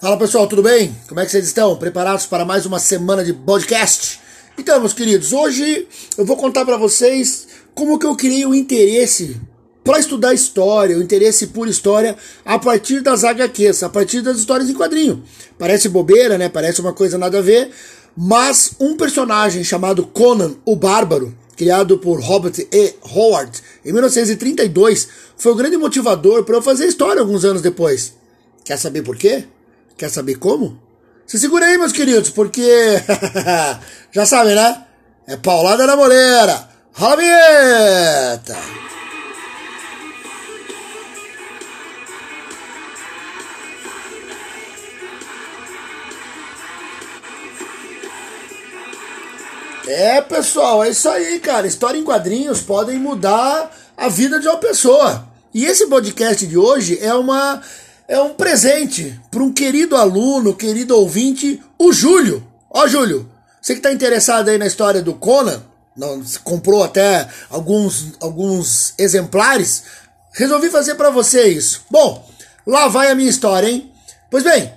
Fala pessoal, tudo bem? Como é que vocês estão? Preparados para mais uma semana de podcast? Então, meus queridos, hoje eu vou contar para vocês como que eu criei o interesse para estudar história, o interesse por história a partir das HQs, a partir das histórias em quadrinho. Parece bobeira, né? Parece uma coisa nada a ver, mas um personagem chamado Conan o Bárbaro, criado por Robert E. Howard em 1932, foi o grande motivador para eu fazer história alguns anos depois. Quer saber por quê? Quer saber como? Se segura aí, meus queridos, porque já sabem, né? É paulada na moleira. Rola a vinheta! Pessoal, é isso aí, cara. História em quadrinhos podem mudar a vida de uma pessoa. E esse podcast de hoje é um presente para um querido aluno, querido ouvinte, o Júlio. Ó, Júlio, você que está interessado aí na história do Conan, comprou até alguns exemplares, resolvi fazer para você isso. Bom, lá vai a minha história, hein? Pois bem,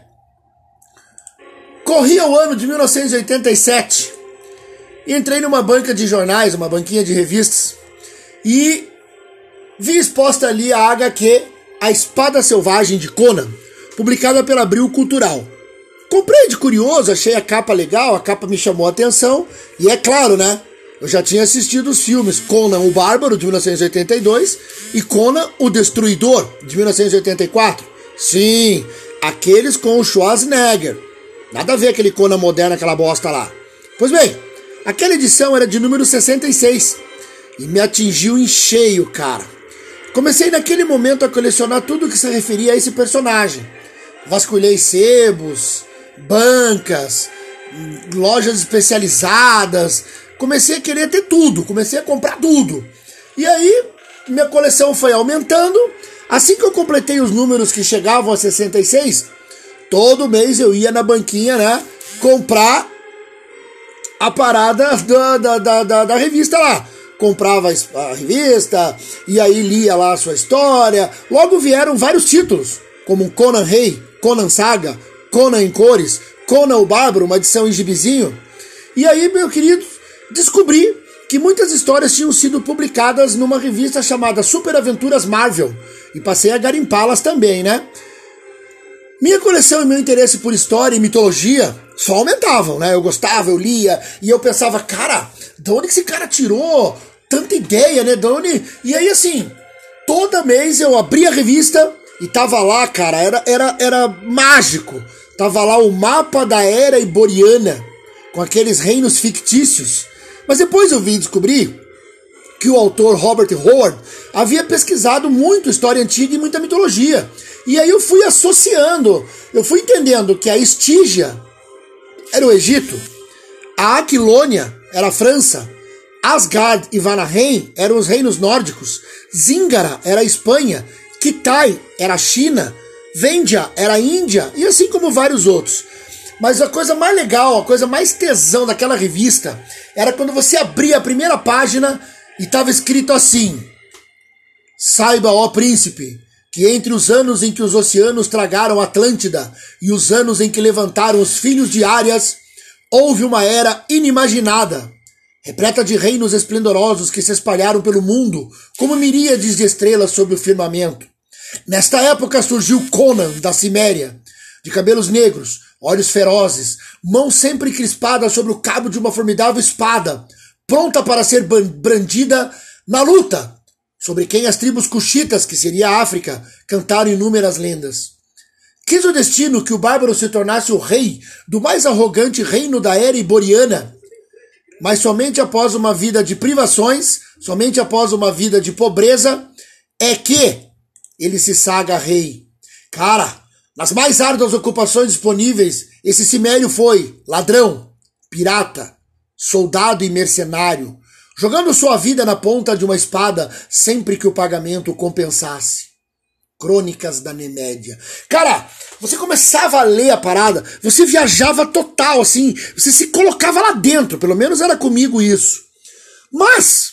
corria o ano de 1987 e entrei numa banca de jornais, uma banquinha de revistas, e vi exposta ali a HQ A Espada Selvagem de Conan, publicada pela Abril Cultural. Comprei de curioso, achei a capa legal, a capa me chamou a atenção, e é claro, né? Eu já tinha assistido os filmes Conan o Bárbaro, de 1982, e Conan o Destruidor, de 1984. Sim, aqueles com o Schwarzenegger. Nada a ver aquele Conan moderno, aquela bosta lá. Pois bem, aquela edição era de número 66, e me atingiu em cheio, cara. Comecei naquele momento a colecionar tudo que se referia a esse personagem. Vasculhei sebos, bancas, lojas especializadas. Comecei a querer ter tudo, comecei a comprar tudo. E aí, minha coleção foi aumentando. Assim que eu completei os números que chegavam a 66, todo mês eu ia na banquinha, né, comprar a parada da revista lá. Comprava a revista, e aí lia lá a sua história. Logo vieram vários títulos, como Conan Rei, Conan Saga, Conan em Cores, Conan o Bárbaro, uma edição em gibizinho. E aí, meu querido, descobri que muitas histórias tinham sido publicadas numa revista chamada Super Aventuras Marvel, e passei a garimpá-las também, né? Minha coleção e meu interesse por história e mitologia só aumentavam, né? Eu gostava, eu lia, e eu pensava, cara, de onde que esse cara tirou tanta ideia, né? De onde... E aí, assim, todo mês eu abria a revista e tava lá, cara, era mágico. Tava lá o mapa da Era Iboriana, com aqueles reinos fictícios. Mas depois eu vim descobrir que o autor Robert Howard havia pesquisado muito história antiga e muita mitologia. E aí eu fui associando, eu fui entendendo que a Estígia era o Egito, a Aquilônia era a França, Asgard e Vanaheim eram os reinos nórdicos, Zingara era a Espanha, Kitai era a China, Vendia era a Índia, e assim como vários outros. Mas a coisa mais legal, a coisa mais tesão daquela revista era quando você abria a primeira página e estava escrito assim: saiba, ó príncipe, que entre os anos em que os oceanos tragaram Atlântida e os anos em que levantaram os filhos de Árias, houve uma era inimaginada, repleta de reinos esplendorosos que se espalharam pelo mundo como miríades de estrelas sob o firmamento. Nesta época surgiu Conan da Ciméria, de cabelos negros, olhos ferozes, mãos sempre crispadas sobre o cabo de uma formidável espada, pronta para ser brandida na luta, sobre quem as tribos cuxitas, que seria a África, cantaram inúmeras lendas. Quis o destino que o Bárbaro se tornasse o rei do mais arrogante reino da Era Iboriana, mas somente após uma vida de privações, somente após uma vida de pobreza, é que ele se saga rei. Cara, nas mais árduas ocupações disponíveis, esse cimério foi ladrão, pirata, soldado e mercenário, jogando sua vida na ponta de uma espada sempre que o pagamento o compensasse. Crônicas da Nemédia. Cara, você começava a ler a parada, você viajava total, assim, você se colocava lá dentro, pelo menos era comigo isso. Mas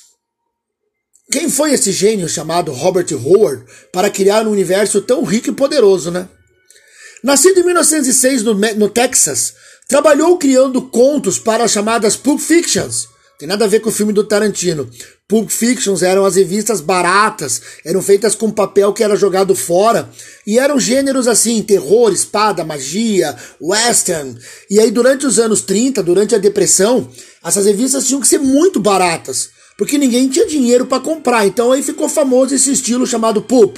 quem foi esse gênio chamado Robert Howard para criar um universo tão rico e poderoso, né? Nascido em 1906 no Texas, trabalhou criando contos para as chamadas Pulp Fictions. Tem nada a ver com o filme do Tarantino. Pulp Fictions eram as revistas baratas, eram feitas com papel que era jogado fora, e eram gêneros assim, terror, espada, magia, western. E aí durante os anos 30, durante a Depressão, essas revistas tinham que ser muito baratas, porque ninguém tinha dinheiro para comprar. Então aí ficou famoso esse estilo chamado Pulp.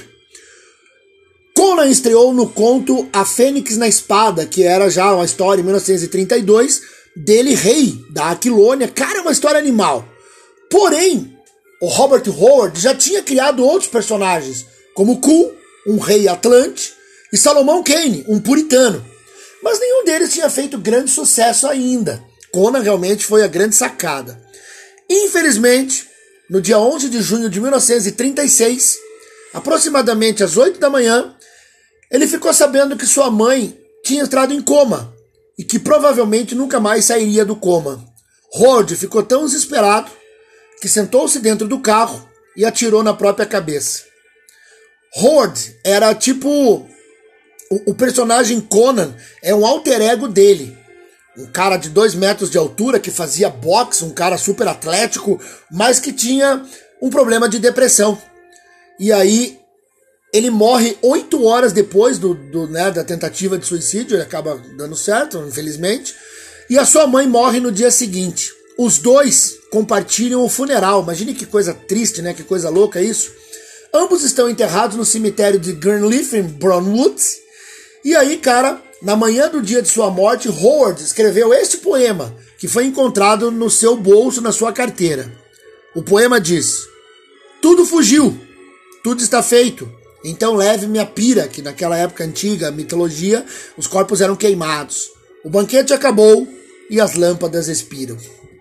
Conan estreou no conto A Fênix na Espada, que era já uma história em 1932, dele rei da Aquilônia. Cara, é uma história animal. Porém, o Robert Howard já tinha criado outros personagens, como Ku, um rei atlante, e Salomão Kane, um puritano. Mas nenhum deles tinha feito grande sucesso ainda. Conan realmente foi a grande sacada. Infelizmente, no dia 11 de junho de 1936, aproximadamente às 8 da manhã, ele ficou sabendo que sua mãe tinha entrado em coma e que provavelmente nunca mais sairia do coma. Howard ficou tão desesperado que sentou-se dentro do carro e atirou na própria cabeça. Howard era tipo... O personagem Conan é um alter ego dele. Um cara de 2 metros de altura que fazia boxe, um cara super atlético, mas que tinha um problema de depressão. E aí ele morre 8 horas depois da tentativa de suicídio, ele acaba dando certo, infelizmente. E a sua mãe morre no dia seguinte. Os dois compartilham o funeral. Imagine que coisa triste, né? Que coisa louca isso. Ambos estão enterrados no cemitério de Greenleaf, em Brownwood. E aí, cara, na manhã do dia de sua morte, Howard escreveu este poema, que foi encontrado no seu bolso, na sua carteira. O poema diz: tudo fugiu, tudo está feito, então leve-me a pira, que naquela época antiga, mitologia, os corpos eram queimados. O banquete acabou e as lâmpadas expiram.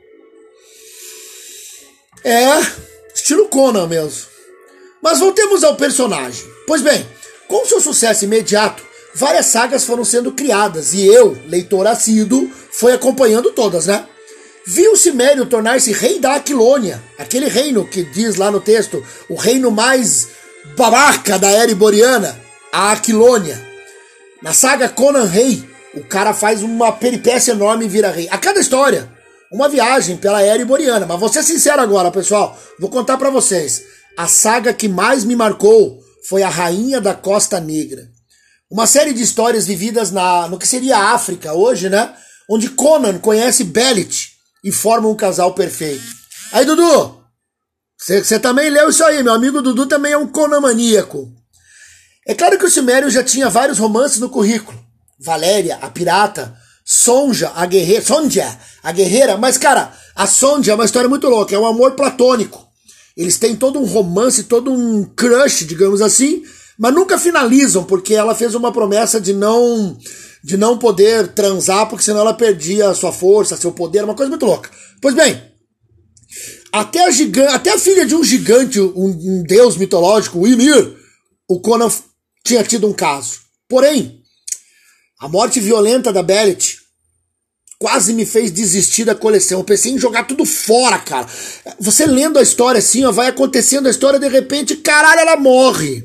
É, estilo Conan mesmo. Mas voltemos ao personagem. Pois bem, com seu sucesso imediato, várias sagas foram sendo criadas e eu, leitor assíduo, fui acompanhando todas, né? Vi o Cimério tornar-se rei da Aquilônia, aquele reino que diz lá no texto, o reino mais babaca da era iboriana, a Aquilônia. Na saga Conan Rei, o cara faz uma peripécia enorme e vira rei. A cada história, uma viagem pela era iboriana. Mas vou ser sincero agora, pessoal, vou contar pra vocês. A saga que mais me marcou foi a Rainha da Costa Negra. Uma série de histórias vividas no que seria a África hoje, né? Onde Conan conhece Belit e forma um casal perfeito. Aí, Dudu, você também leu isso aí, meu amigo Dudu também é um Conan maníaco. É claro que o Cimério já tinha vários romances no currículo. Valéria, a pirata, Sonja, a guerreira, mas cara, a Sonja é uma história muito louca, é um amor platônico. Eles têm todo um romance, todo um crush, digamos assim, mas nunca finalizam, porque ela fez uma promessa de não poder transar, porque senão ela perdia a sua força, seu poder, uma coisa muito louca. Pois bem, até a filha de um gigante, um deus mitológico, o Ymir, o Conan tinha tido um caso. Porém, a morte violenta da Belit quase me fez desistir da coleção. Eu pensei em jogar tudo fora, cara. Você lendo a história assim, ó, vai acontecendo a história, de repente, caralho, ela morre.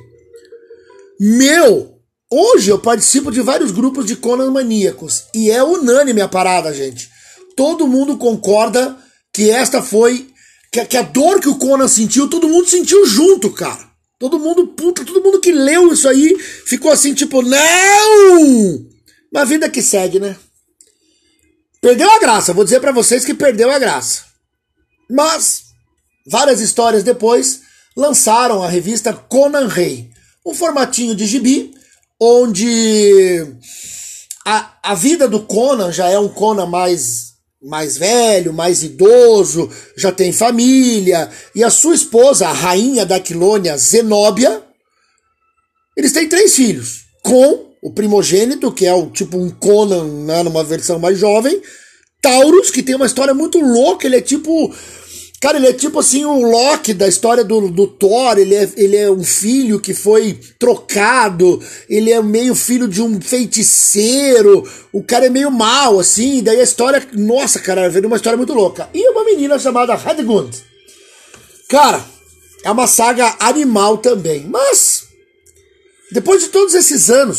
Hoje eu participo de vários grupos de Conan maníacos e é unânime a parada, gente. Todo mundo concorda que esta foi... Que a dor que o Conan sentiu, todo mundo sentiu junto, cara. Todo mundo que leu isso aí ficou assim, tipo, não! Uma vida que segue, né? Perdeu a graça, vou dizer pra vocês que perdeu a graça. Mas, várias histórias depois, lançaram a revista Conan Rei. Um formatinho de gibi, onde a vida do Conan já é um Conan mais velho, mais idoso, já tem família, e a sua esposa, a rainha da Aquilônia, Zenóbia, eles têm 3 filhos, com o primogênito, que é tipo um Conan, né, numa versão mais jovem, Taurus, que tem uma história muito louca, ele é tipo... Cara, ele é tipo assim o Loki da história do Thor, ele é um filho que foi trocado, ele é meio filho de um feiticeiro, o cara é meio mal, assim, daí a história, nossa, cara, veio uma história muito louca. E uma menina chamada Hedgund. Cara, é uma saga animal também, mas depois de todos esses anos,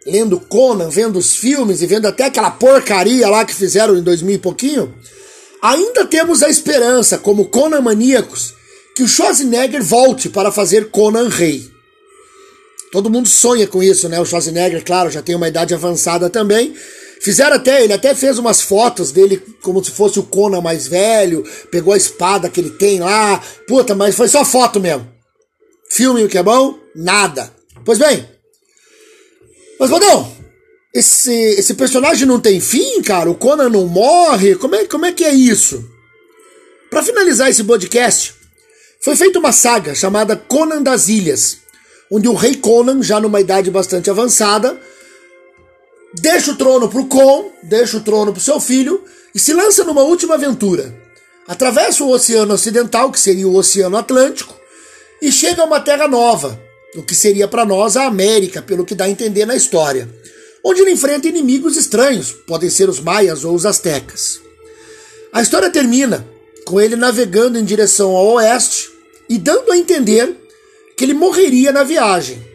lendo Conan, vendo os filmes e vendo até aquela porcaria lá que fizeram em 2000 e pouquinho, ainda temos a esperança, como Conan maníacos, que o Schwarzenegger volte para fazer Conan rei. Todo mundo sonha com isso, né? O Schwarzenegger, claro, já tem uma idade avançada também. Ele até fez umas fotos dele como se fosse o Conan mais velho, pegou a espada que ele tem lá. Puta, mas foi só foto mesmo. Filme, o que é bom? Nada. Pois bem, mas Rodão, esse personagem não tem fim, cara? O Conan não morre? Como é que é isso? Pra finalizar esse podcast, foi feita uma saga chamada Conan das Ilhas, onde o rei Conan, já numa idade bastante avançada, deixa o trono pro Con, deixa o trono pro seu filho e se lança numa última aventura. Atravessa o Oceano Ocidental, que seria o Oceano Atlântico, e chega a uma terra nova, o que seria para nós a América, pelo que dá a entender na história, onde ele enfrenta inimigos estranhos, podem ser os maias ou os astecas. A história termina com ele navegando em direção ao oeste e dando a entender que ele morreria na viagem.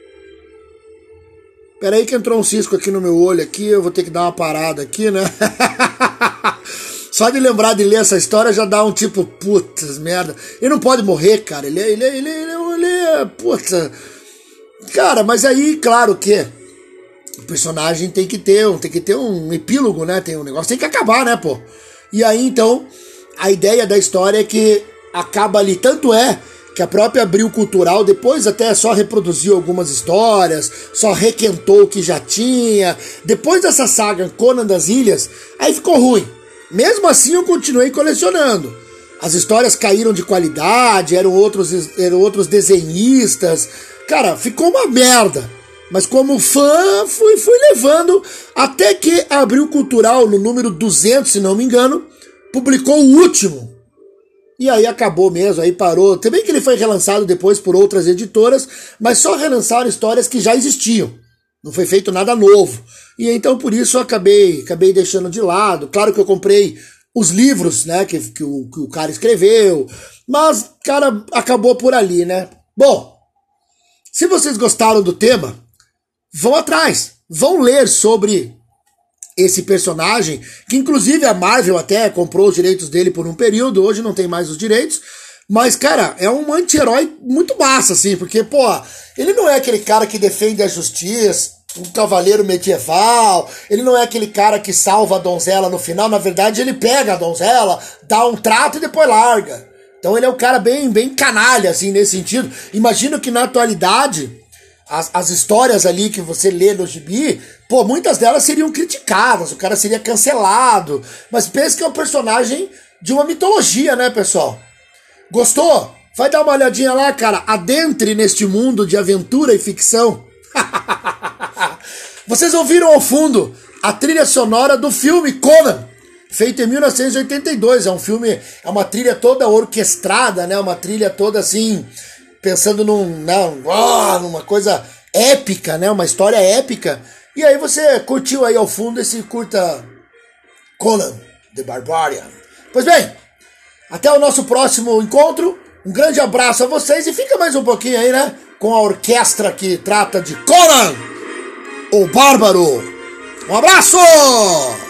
Pera aí que entrou um cisco aqui no meu olho aqui, eu vou ter que dar uma parada aqui, né? Só de lembrar de ler essa história já dá um tipo, putz, merda. Ele não pode morrer, cara, ele é, puta. Cara, mas aí, claro que o personagem tem que ter um epílogo, né? O negócio tem que acabar, né, pô? E aí, então, a ideia da história é que acaba ali, tanto é que a própria Abril Cultural depois até só reproduziu algumas histórias, só requentou o que já tinha. Depois dessa saga Conan das Ilhas, aí ficou ruim. Mesmo assim eu continuei colecionando. As histórias caíram de qualidade, eram outros desenhistas. Cara, ficou uma merda. Mas como fã, fui levando até que a Abril Cultural, no número 200, se não me engano, publicou o último. E aí acabou mesmo, aí parou. Também que ele foi relançado depois por outras editoras, mas só relançaram histórias que já existiam. Não foi feito nada novo. E então por isso eu acabei deixando de lado. Claro que eu comprei os livros, né, que o cara escreveu, mas, cara, acabou por ali, né? Bom, se vocês gostaram do tema, vão atrás, vão ler sobre esse personagem, que inclusive a Marvel até comprou os direitos dele por um período, hoje não tem mais os direitos, mas, cara, é um anti-herói muito massa, assim, porque, pô, ele não é aquele cara que defende a justiça, um cavaleiro medieval, ele não é aquele cara que salva a donzela no final, na verdade ele pega a donzela, dá um trato e depois larga. Então ele é um cara bem canalha, assim, nesse sentido. Imagino que na atualidade as histórias ali que você lê no gibi, pô, muitas delas seriam criticadas, o cara seria cancelado, mas pensa que é um personagem de uma mitologia, né, pessoal? Gostou? Vai dar uma olhadinha lá, cara, adentre neste mundo de aventura e ficção. Vocês ouviram ao fundo a trilha sonora do filme Conan, feito em 1982, é uma trilha toda orquestrada, né, uma trilha toda assim, pensando numa coisa épica, né? Uma história épica. E aí você curtiu aí ao fundo esse curta Conan the Barbarian. Pois bem, até o nosso próximo encontro. Um grande abraço a vocês e fica mais um pouquinho aí, né? Com a orquestra que trata de Conan, o Bárbaro. Um abraço!